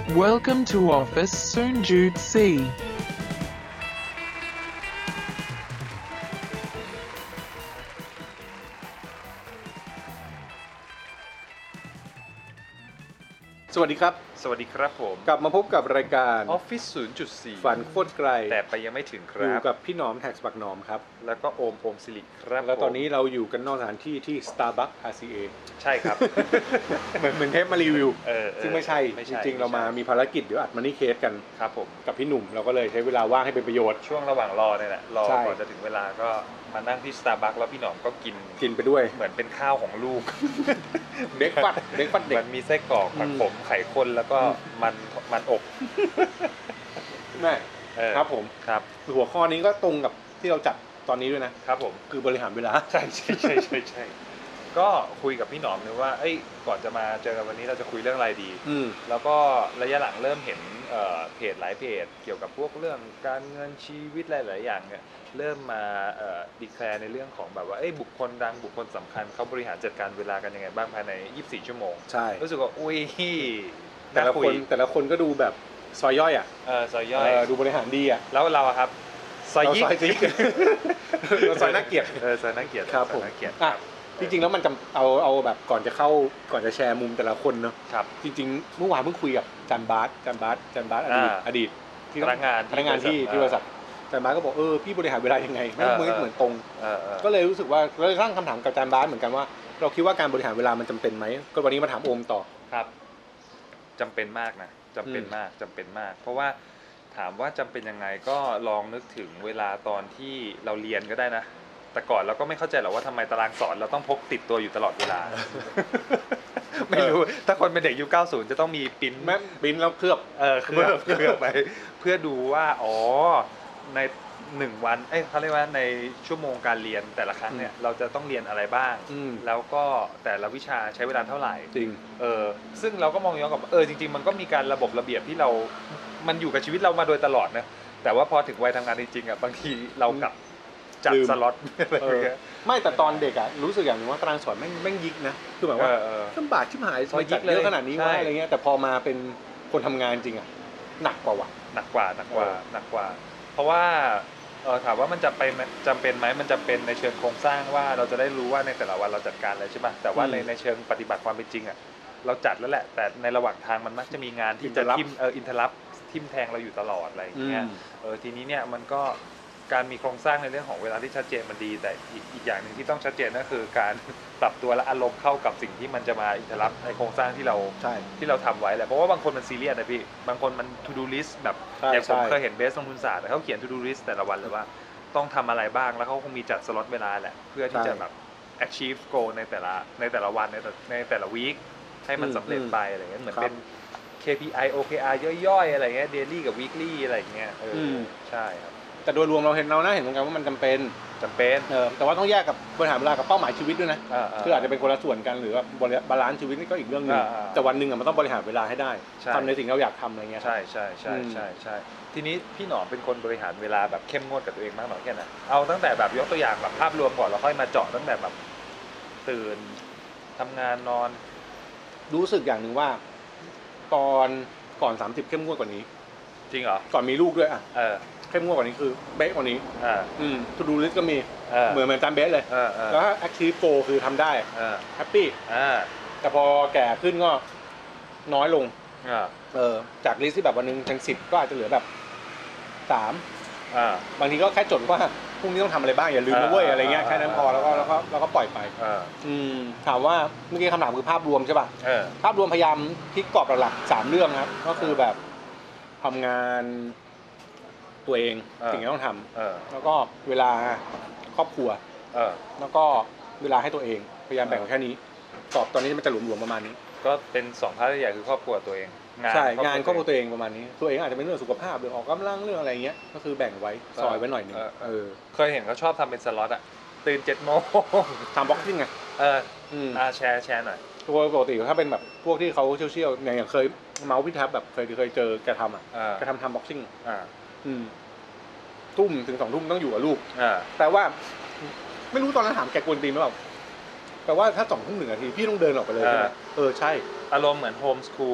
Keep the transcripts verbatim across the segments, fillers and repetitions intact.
Welcome to office Soon Jude C. สวัสดีครับสวัสดีครับผมกลับมาพบกับรายการ Office ศูนย์จุดสี่ฝันโคตรไกลแต่ไปยังไม่ถึงคอยู่รับกับพี่หนอมแท็กบักหนอมครับแล้วก็โอมโอมสิริครับแล้วตอนนี้เราอยู่กันนอกสถานที่ที่ Starbucks อาร์ ซี เอใช่ครับเหมือนเหมือนเทปมารีวิวเออซึ่งไม่ใช่จริงๆเรามามีภารกิจเดี๋ยวอัดมานี่เคสกันครับผมกับพี่หนุ่มเราก็เลยใช้เวลาว่างให้เป็นประโยชน์ช่วงระหว่างรอเนี่ยแหละรอก่อนจะถึงเวลาก็มานั่งที่ Starbucks แล้วพี่หนอมก็กินกินไปด้วยเหมือนเป็นข้าวของลูกเด็กฟัดเด็กฟัดเด็กมันมีไส้กรอกผักขมไข่ข้นแล้วก็มันมันอบแม่ครับผมครับหัวข้อนี้ก็ตรงกับที่เราจัดตอนนี้ด้วยนะครับผมคือบริหารเวลาใช่ใช่ใช่ใช่ใช่ก็คุยกับพี่หนอมเลยว่าเอ้ยก่อนจะมาเจอกันวันนี้เราจะคุยเรื่องอะไรดีแล้วก็ระยะหลังเริ่มเห็นเพจหลายเพจเกี่ยวกับพวกเรื่องการเงินชีวิตหลายๆอย่างเนี่ยเริ่มมาดีแคลร์ในเรื่องของแบบว่าเอ้ยบุคคลดังบุคคลสำคัญเขาบริหารจัดการเวลากันยังไงบ้างภายในยี่สิบสี่ชั่วโมงใช่รู้สึกว่าอุ้ยแต่ละคนแต่ละคนก็ดูแบบซอยย่อยอ่ะเออซอยย่อยดูบริหารดีอ่ะแล้วเราครับซอยยิกเราซอยน่าเกลียดเออซอยน่าเกลียดครับผมอ่ะจริงๆแล้วมันจะเอาเอาแบบก่อนจะเข้าก่อนจะแชร์มุมแต่ละคนเนาะครับจริงๆเมื่อวานเพิ่งคุยกับจันบาสจันบาสจันบาสอดีตอดีตที่พนักงานพนักงานที่ที่บริษัทจันบาสก็บอกเออพี่บริหารเวลายังไงไม่เหมือนเหมือนตรงก็เลยรู้สึกว่าเราตั้งคำถามกับจันบาสเหมือนกันว่าเราคิดว่าการบริหารเวลามันจำเป็นไหมก็วันนี้มาถามโอมต่อครับจำเป็นมากนะจำเป็นมากจำเป็นมากเพราะว่าถามว่าจำเป็นยังไงก็ลองนึกถึงเวลาตอนที่เราเรียนก็ได้นะแต่ก่อนเราก็ไม่เข้าใจหรอกว่าทำไมตารางสอนเราต้องพกติดตัวอยู่ตลอดเวลา ไม่รู้ถ้าคนเป็นเด็กยุคเก้าสิบจะต้องมีปิ้นแม่ปิ้นแล้วเคลือบเออเคลือบเคลือบไปเพื่อดูว่าอ๋อในหนึ่งวันเอ้ยเขาเรียกว่าในชั่วโมงการเรียนแต่ละครั้งเนี่ยเราจะต้องเรียนอะไรบ้างแล้วก็แต่ละวิชาใช้เวลาเท่าไหร่จริงเออซึ่งเราก็มองย้อนกลับเออจริงๆมันก็มีการระบบระเบียบที่เรามันอยู่กับชีวิตเรามาโดยตลอดนะแต่ว่าพอถึงวัยทำงานจริงๆอ่ะบางทีเรากลับจัดสล็อตไม่แต่ตอนเด็กอ่ะรู้สึกอย่างนึงว่าตารางสอนแม่งแม่งยิกนะคือแบบว่าลำบากชิบหายซอยจัดเยอะขนาดนี้ว่าอะไรเงี้ยแต่พอมาเป็นคนทำงานจริงอ่ะหนักกว่าว่ะหนักกว่าหนักกว่าหนักกว่าเพราะว่าเออถามว่ามันจะไปจำเป็นไหมมันจะเป็นในเชิงโครงสร้างว่าเราจะได้รู้ว่าในแต่ละวันเราจัดการอะไรใช่ป่ะแต่ว่าในในเชิงปฏิบัติความเป็นจริงอ่ะเราจัดแล้วแหละแต่ในระหว่างทางมันมักจะมีงานที่จะทิ่มเอออินเทอร์รับทิ่มแทงเราอยู่ตลอดอะไรอย่างเงี้ยเออทีนี้เนี่ยมันก็การมีโครงสร้างในเรื่องของเวลาที่ชัดเจนมันดีแต่อีกอีกอย่างหนึ่งที่ต้องชัดเจนก็คือการปรับตัวและอารมณ์เข้ากับสิ่งที่มันจะมาอินเทอร์รับในโครงสร้างที่เราที่เราทำไว้แหละเพราะว่าบางคนมันซีเรียสนะพี่บางคนมัน to do list แบบอย่างผมเคยเห็นเบสลงทุนศาสตร์เขาเขียน to do list แต่ละวันเลยว่าต้องทำอะไรบ้างแล้วเขาคงมีจัดสล็อตเวลาแหละเพื่อที่จะแบบ achieve goal ในแต่ละในแต่ละวันในในแต่ละวีคให้มันสำเร็จไปอะไรเงี้ยเหมือนเป็น เค พี ไอ โอ เค อาร์ ย่อยๆอะไรเงี้ย daily กับ weekly อะไรเงี้ยเออใช่ครับแต่โดยรวมเราเห็นเราน่าเห็นเหมือนกันว่ามันจำเป็นจำเป็นเออแต่ว่าต้องแยกกับบริหารเวลากับเป้าหมายชีวิตด้วยนะคืออาจจะเป็นคนละส่วนกันหรือว่าบาลานซ์ชีวิตนี่ก็อีกเรื่องนึงแต่วันนึงอ่ะมันต้องบริหารเวลาให้ได้ทำในสิ่งที่เราอยากทำอะไรเงี้ยใช่ใช่ใช่ใช่ใช่ทีนี้พี่หนอมเป็นคนบริหารเวลาแบบเข้มงวดกับตัวเองมากน้อยแค่ไหนเอาตั้งแต่แบบยกตัวอย่างแบบภาพรวมก่อนแล้วค่อยมาเจาะตั้งแต่แบบตื่นทำงานนอนรู้สึกอย่างนึงว่าตอนก่อนสามสิบเข้มงวดกว่านี้จริงเหรอก่อนมีลูกด้วยอ่ะเออเข้มงวดกว่านี้คือเบสกว่านี้อ่าอืมทูดูลิสต์ก็มีเหมือนเหมือนจานเบสเลยแล้วถ้าแอคทีฟโกคือทำได้แฮปปี้แต่พอแก่ขึ้นก็น้อยลงเออจากลิสต์ที่แบบวันนึงทั้งสิบก็อาจจะเหลือแบบสามบางทีก็แค่จดว่าพรุ่งนี้ต้องทำอะไรบ้างอย่าลืมนะเว้ยอะไรเงี้ยแค่นั้นพอแล้วก็แล้วก็แล้วก็ปล่อยไปอืมถามว่าเมื่อกี้คำถามคือภาพรวมใช่ป่ะภาพรวมพยายามพลิกกรอบหลักๆสามเรื่องครับก็คือแบบทำงานตัวเองสิ่งที่ต้องทำแล้วก็เวลาครอบครัวแล้วก็เวลาให้ตัวเองพยายามแบ่งแค่นี้ตอบตอนนี้มันจะหลวมๆประมาณนี้ก็เป็นสองพาร์ทใหญ่คือครอบครัวตัวเองใช่งานครอบครัวตัวเองประมาณนี้ตัวเองอาจจะเป็นเรื่องสุขภาพเรื่องออกกำลังเรื่องอะไรเงี้ยก็คือแบ่งไว้ซอยไว้หน่อยนึงเออเคยเห็นเขาชอบทำเป็นสล็อตอะตื่นเจ็ดโมงทำบ็อกซิ่งไงเอออ่าแชร์แชร์หน่อยตัวปกติถ้าเป็นแบบพวกที่เขาเชี่ยวๆอย่างเคยเมาส์พี่แท็บแบบเคยเคยเจอแกทำอ่ะแกทำทำบ็อกซิ่งอ่าอืมทุ่มถึงสองทุ่มต้องอยู่กับลูกแต่ว่าไม่รู้ตอนนั้นถามแกกวนตีนหรือเปล่าแปลว่าถ้าสองทุ่มหนึ่งนาทีพี่ต้องเดินออกไปเลยใช่ไหมเออใช่อารมณ์เหมือนโฮมสคูล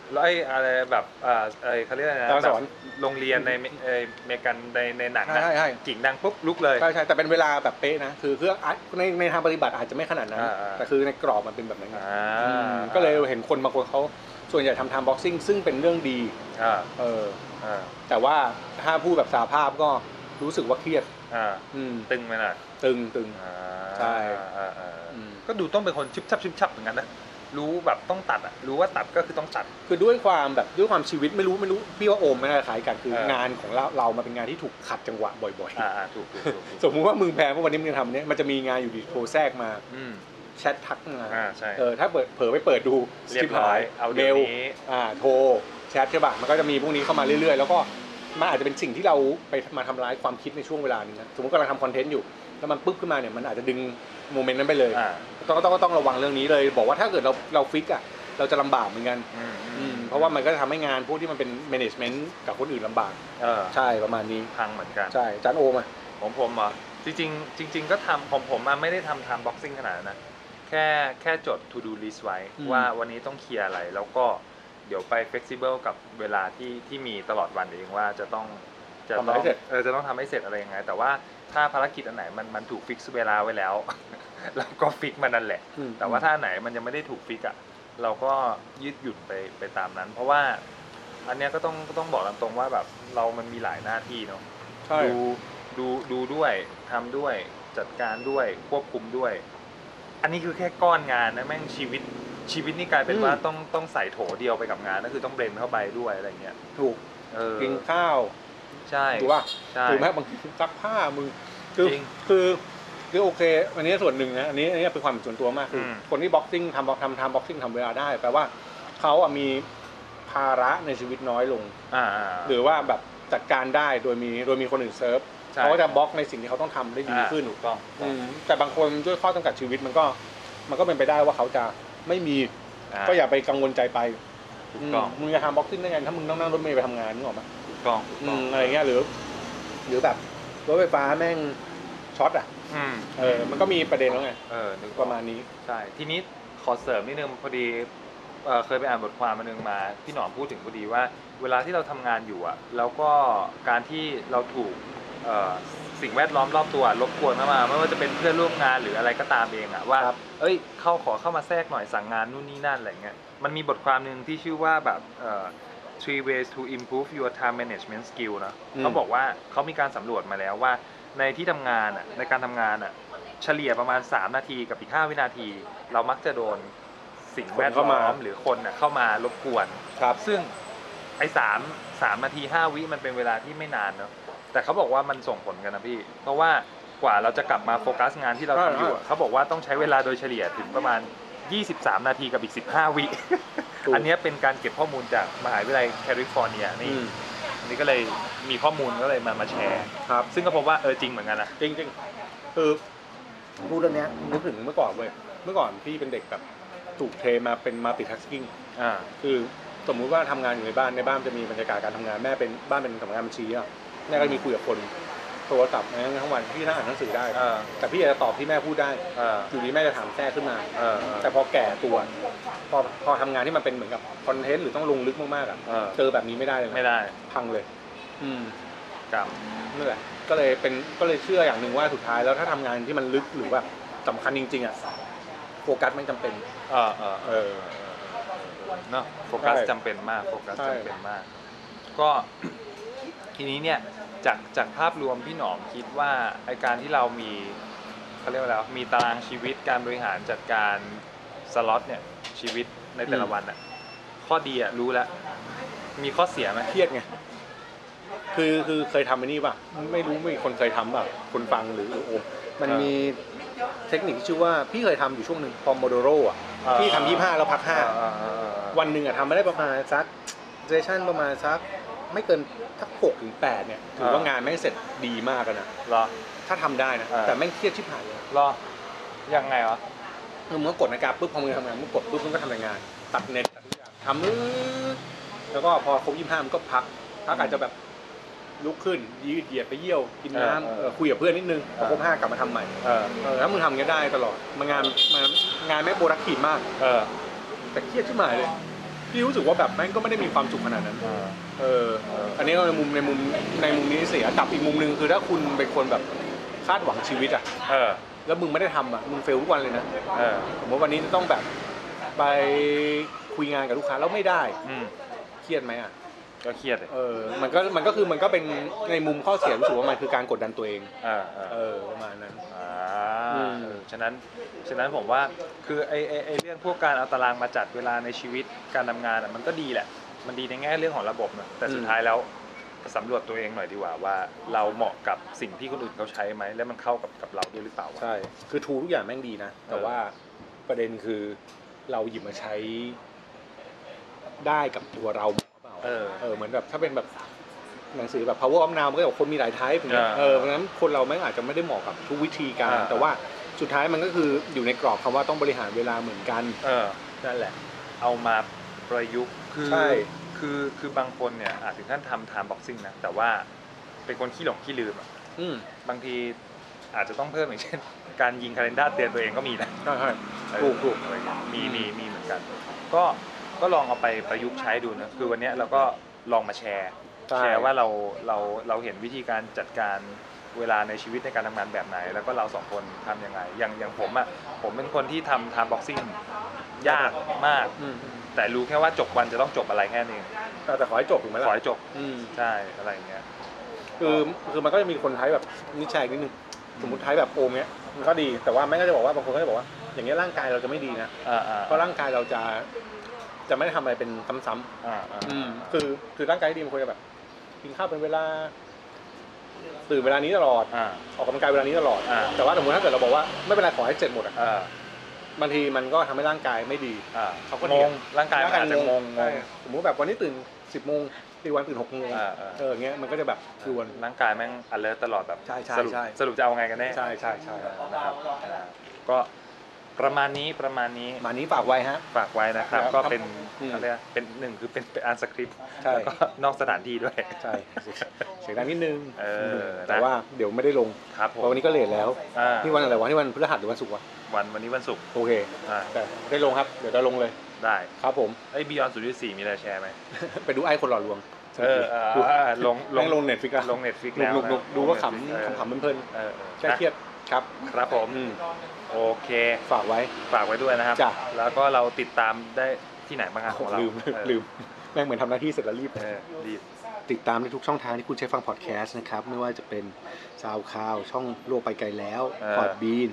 แล้วไอ้อะไรแบบอ่าไอ้เขาเรียกอะไรนะแบบโรงเรียนในเอเมริกันในในหนังนะกิ่งดังปุ๊บลุกเลยใช่ใช่แต่เป็นเวลาแบบเป๊ะนะคือคือในในทางปฏิบัติอาจจะไม่ขนาดนั้นแต่คือในกรอบมันเป็นแบบนั้นก็เลยเห็นคนบางคนเขาส่วนใหญ่ทำไทม์บ็อกซิ่งซึ่งเป็นเรื่องดีเออแต่ว่าถ้าพูดแบบสาภาพก็รู้สึกว่าเครียดตึงไหมล่ะตึงตึงใช่ก็ดูต้องเป็นคนชิบชับชิบชับเหมือนกันนะรู้แบบต้องตัดอ่ะรู้ว่าตัดก็คือต้องตัดคือด้วยความแบบด้วยความชีวิตไม่รู้ไม่รู้พี่ว่าโอมไม่น่าคล้ายกันคืองานของเราเรามาเป็นงานที่ถูกขัดจังหวะบ่อยๆอ่าถูกสมมุติว่ามึงแพ้เพราะวันนี้มึงทำเนี้ยมันจะมีงานอยู่ดีโทรแทรกมาแชททักมาเออถ้าเปิดเผลอไปเปิดดูเรียบร้อยเอาเมลอ่าโทรแชทใช่ป่ะมันก็จะมีพวกนี้เข้ามาเรื่อยๆแล้วก็มันอาจจะเป็นสิ่งที่เราไปมาทำร้ายความคิดในช่วงเวลานึงนะสมมติกำลังทำคอนเทนต์อยู่แล้วมันปุ๊บขึ้นมาเนี่ยมันอาจจะดึงโมเมนต์นั้นไปเลยต้องต้องต้องระวังเรื่องนี้เลยบอกว่าถ้าเกิดเราเราฟิกอ่ะเราจะลำบากเหมือนกันเพราะว่ามันก็จะทำให้งานพวกที่มันเป็นแมネจเมนต์กับคนอื่นลำบากใช่ประมาณนี้พังเหมือนกันใช่จานโอมาผมผมอ่ะจริงจริงจริงๆก็ทำผมผมมาไม่ได้ทำทำบ็อกซิ่งขนาดนั้นนะแค่แค่จด to do list ไว้ว่าวันนี้ต้องเคลียร์อะไรแล้วก็เดี๋ยวไป flexible กับเวลาที่ที่มีตลอดวันเองว่าจะต้องจะต้องเออจะต้องทำให้เสร็จอะไรยังไงแต่ว่าถ้าภารกิจอันไหนมันมันถูกฟิกซ์เวลาไว้แล้วเราก็ฟิกมันนั่นแหละแต่ว่าถ้าไหนมันยังไม่ได้ถูกฟิกอ่ะเราก็ยืดหยุ่นไปไปตามนั้นเพราะว่าอันเนี้ยก็ต้องก็ต้องบอกตามตรงว่าแบบเรามันมีหลายหน้าที่เนาะดูดูดูด้วยทำด้วยจัดการด้วยควบคุมด้วยอันนี้คือแค่ก้อนงานนะแม่งชีวิตชีวิตนี่กลายเป็นว่าต้องต้องใส่โถเดียวไปกับงานนั่นคือต้องเบรนเข้าไปด้วยอะไรเงี้ยถูกกินข้าวใช่ถูกป่ะถูกไหมบางทีซักผ้ามึงคือคือคือโอเคอันนี้ส่วนหนึ่งนะอันนี้อันนี้เป็นความส่วนตัวมากคือคนที่บ็อกซิ่งทำบ็อกทำทำบ็อกซิ่งทำเวลาได้แปลว่าเขาอ่ะมีภาระในชีวิตน้อยลงหรือว่าแบบจัดการได้โดยมีโดยมีคนอื่นเซิร์ฟเขาจะบล็อกในสิ่งที่เขาต้องทำได้ดีขึ้นถูกต้องแต่บางคนด้วยข้อจำกัดชีวิตมันก็มันก็เป็นไปได้ว่าเขาจะไม่มีก็อย่าไปกังวลใจไปมึงจะทำบ็อกซิ่งได้ไงถ้ามึงต้องนั่งรถเมล์ไปทำงานนึกออกไหมกล้องอะไรเงี้ยหรือหรือแบบรถไฟฟ้าแม่งช็อตอ่ะเออมันก็มีประเด็นแล้วไงเออประมาณนี้ใช่ทีนี้ขอเสริมนิดนึงพอดีเออเคยไปอ่านบทความมานึงมาพี่หนอมพูดถึงพอดีว่าเวลาที่เราทำงานอยู่อ่ะแล้วก็การที่เราถูกเอ่อสิ่งแวดล้อมรอบตัวรบกวนเข้ามาไม่ว่าจะเป็นเพื่อนร่วมงานหรืออะไรก็ตามเองอ่ะว่าเอ้ยเข้าขอเข้ามาแทรกหน่อยสั่งงานนู่นนี่นั่นอะไรเงี้ยมันมีบทความนึงที่ชื่อว่าแบบเอ่อthree ways to improve your time management skill นะเขาบอกว่าเขามีการสำรวจมาแล้วว่าในที่ทำงานอ่ะในการทำงานอ่ะเฉลี่ยประมาณสามนาทีกับอีกห้าวินาทีเรามักจะโดนสิ่งแวดล้อมหรือคนน่ะเข้ามารบกวนครับซึ่งไอ้สามสามนาทีห้าวิมันเป็นเวลาที่ไม่นานเนาะแต่เขาบอกว่ามันส่งผลกันนะพี่เพราะว่ากว่าเราจะกลับมาโฟกัสงานที่เราทำอยู่เขาบอกว่าต้องใช้เวลาโดยเฉลี่ยถึงประมาณยี่สิบสามนาทีกับอีกสิบห้าวิอันนี้เป็นการเก็บข้อมูลจากมหาวิทยาลัยแคลิฟอร์เนียนี่อันนี้ก็เลยมีข้อมูลก็เลยมามาแชร์ครับซึ่งก็พบว่าเออจริงเหมือนกันนะจริงจริงคือพูดเรื่องนี้นึกถึงเมื่อก่อนเว้ยเมื่อก่อนพี่เป็นเด็กแบบถูกเทรนมาเป็นมัลติทัสกิ้งอ่าคือสมมุติว่าทำงานอยู่ในบ้านในบ้านจะมีบรรยากาศการทำงานแม่เป็นบ้านเป็นสำนักงานบัญชีอ่ะแม่ก็มีคุยกับคนโทรศัพท์นะทั้งวันพี่นั่งอ่านหนังสือได้แต่พี่จะตอบที่แม่พูดได้อยู่ดีแม่จะถามแทรกขึ้นมาแต่พอแก่ตัวพอพอทำงานที่มันเป็นเหมือนกับคอนเทนต์หรือต้องลงลึกมากๆอ่ะเจอแบบนี้ไม่ได้เลยไม่ได้พังเลยอืมครับนั่นแหละก็เลยเป็นก็เลยเชื่ออย่างหนึ่งว่าสุดท้ายแล้วถ้าทำงานที่มันลึกหรือว่าสำคัญจริงๆอ่ะโฟกัสไม่จำเป็นเออเออเออเนาะโฟกัสจำเป็นมากโฟกัสจำเป็นมากก็ทีนี้เนี่ยจากจากภาพรวมพี่หนอมคิดว่าไอการที่เรามีเขาเรียกว่าอะไรมีตารางชีวิตการบริหารจัดการสล็อตเนี่ยชีวิตในแต่ละวันอ่ะข้อดีอ่ะรู้แล้วมีข้อเสียไหมเครียดไงคือคือเคยทำไอ้นี่ป่ะไม่รู้มีคนเคยทำป่ะคนฟังหรือโอ้มันมีเทคนิคชื่อว่าพี่เคยทำอยู่ช่วงหนึ่งพอโมโดโรอ่ะพี่ทำยี่สิบห้าแล้วพักห้าวันหนึ่งอ่ะทำไม่ได้ประมาณสักเซสชั่นประมาณสักไม่เกินสักหกถึงแปดเนี่ยถือว่างานแม่งเสร็จดีมากนะรอถ้าทำได้นะแต่แม่งเครียดชิบหายเลยรอยังไงวะคือเมื่อกดนาฬิกาปุ๊บพอมือทำงานมึงกดปุ๊บมึงก็ทำงานตัดเน็ตทุกอย่างทำมือแล้วก็พอครบยี่สิบห้ามันก็พักพักอาจจะแบบลุกขึ้นยืดเหยียดไปเยี่ยวกินน้ำคุยกับเพื่อนนิดนึงพอครบห้ากลับมาทำใหม่แล้วมึงทำอย่างนี้ได้ตลอดมางานงานไม่โปรดักทีฟมากแต่เครียดชิบหายเลยพี่รู้สึกว่าแบบแม่งก็ไม่ได้มีความสุขขนาดนั้นเอออันนี้ก็ในมุมในมุมในมุมนี้เสียกับอีกมุมนึงคือถ้าคุณเป็นคนแบบคาดหวังชีวิตอ่ะเออแล้วมึงไม่ได้ทำอ่ะมึงเฟลทุกวันเลยนะเออผมว่าวันนี้จะต้องแบบไปคุยงานกับลูกค้าแล้วไม่ได้เครียดไหมอ่ะก็เครียดเออมันก็มันก็คือมันก็เป็นในมุมข้อเสียรู้สึกว่ามันคือการกดดันตัวเองอ่าเออประมาณนั้นอ่าฉะนั้นฉะนั้นผมว่าคือไอไอไอเรื่องพวกการเอาตารางมาจัดเวลาในชีวิตการทำงานอ่ะมันก็ดีแหละมันดีในแง่เรื่องของระบบนะแต่สุดท้ายแล้วสำรวจตัวเองหน่อยดีกว่าว่าเราเหมาะกับสิ่งที่คนอื่นเขาใช้ไหมแล้วมันเข้ากับกับเราด้วยหรือเปล่าใช่คือทูทุกอย่างแม่งดีนะแต่ว่าประเด็นคือเราหยิบมาใช้ได้กับตัวเราเปล่าเออเออเหมือนแบบถ้าเป็นแบบหนังสือแบบ power of now มันก็แบบคนมีหลายไทป์อย่างเงี้ยเออเพราะฉะนั้นคนเราแม่งอาจจะไม่ได้เหมาะกับทุกวิธีการแต่ว่าสุดท้ายมันก็คืออยู่ในกรอบคำว่าต้องบริหารเวลาเหมือนกันเออนั่นแหละเอามาประยุกต์คือคือคือบางคนเนี่ยอาจถึงขั้นทำ time boxing นะแต่ว่าเป็นคนขี้หลงขี้ลืมอ่ะบางทีอาจจะต้องเพิ่มอย่างเช่นการยิงคาเลนด้าเตือนตัวเองก็มีนะใช่ถูกถูกอะไรเงี้ยมีมีมีเหมือนกันก็ก็ลองเอาไปประยุกต์ใช้ดูนะคือวันนี้เราก็ลองมาแชร์แชร์ว่าเราเราเราเห็นวิธีการจัดการเวลาในชีวิตในการทำงานแบบไหนแล้วก็เราสองคนทำยังไงอย่างอย่างผมอ่ะผมเป็นคนที่ทำ time boxing ยากมากแต่รู้แค่ว่าจบวันจะต้องจบอะไรแค่นี้แต่ขอให้จบถูกไหมล่ะขอให้จบใช่อะไรเงี้ยคือคือมันก็จะมีคนไทยแบบนิชัยนิดนึงสมมติไทยแบบโอมเนี้ยมันก็ดีแต่ว่าแม่ก็จะบอกว่าบางคนก็จะบอกว่าอย่างเงี้ยร่างกายเราจะไม่ดีนะเพราะร่างกายเราจะจะไม่ได้ทำอะไรเป็นซ้ำๆคือคือร่างกายดีมันควรจะแบบกินข้าวเป็นเวลาตื่นเวลานี้ตลอดออกกำลังกายเวลานี้ตลอดแต่ว่าสมมติถ้าเกิดเราบอกว่าไม่เป็นไรขอให้เสร็จหมดอ่ะบางทีมันก็ทำให้ร่างกายไม่ดีเขาก็งงร่างกายอาจจะงงสมมติแบบวันนี้ตื่นสิบโมงตีวันตื่นหกโมงเออเงี้ยมันก็จะแบบคือวันร่างกายแม่ง alert ตลอดแบบใช่ใช่ใช่สรุปจะเอาไงกันแน่ใช่ใช่ใช่นะครับก็ประมาณนี้ประมาณนี้มานี้ฝากไว้ฮะฝากไว้นะครับก็เป็นอะไรเป็นหนึ่งคือเป็นเป็นอ่านสคริปต์แล้วก็นอกสถานที่ด้วยใช่เสียงดังนิดนึงแต่ว่าเดี๋ยวไม่ได้ลงครับเพราะวันนี้ก็เลทแล้วนี่วันอะไรวะนี่วันพฤหัสหรือวันศุกร์วะวันวันนี้วันศุกร์โอเคแต่ได้ลงครับเดี๋ยวจะลงเลยได้ครับผมไอ้ Beyond ศูนย์จุดสี่มีอะไรแชร์ไหมไปดูไอ้คนหล่อลวงเออลงลงลง Netflix ลง Netflix แล้วดูว่าขำขำเพลินๆแค่เครียดครับครับผมโอเคฝากไว้ฝากไว้ด้วยนะครับแล้วก็เราติดตามได้ที่ไหนบ้างครับของเราลืมลืมแม่งเหมือนทำหน้าที่เสร็จแล้วรีบรีบติดตามในทุกช่องทางที่คุณใช้ฟังพอดแคสต์นะครับไม่ว่าจะเป็น SoundCloud ช่องโลกไปไกลแล้ว Podbean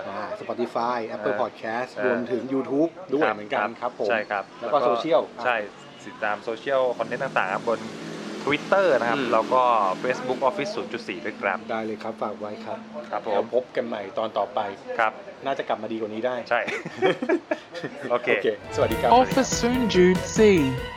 Spotify Apple Podcast รวมถึง YouTube ด้วยเหมือนกันครับผมใช่ครับแล้วก็โซเชียลใช่ติดตามโซเชียลคอนเทนต์ต่างๆบน Twitter นะครับแล้วก็ Facebook Office ศูนย์จุดสี่ ด้วยครับได้เลยครับฝากไว้ครับครับผมพบกันใหม่ตอนต่อไปครับน่าจะกลับมาดีกว่านี้ได้ใช่โอเคสวัสดีครับ Office ศูนย์จุดสี่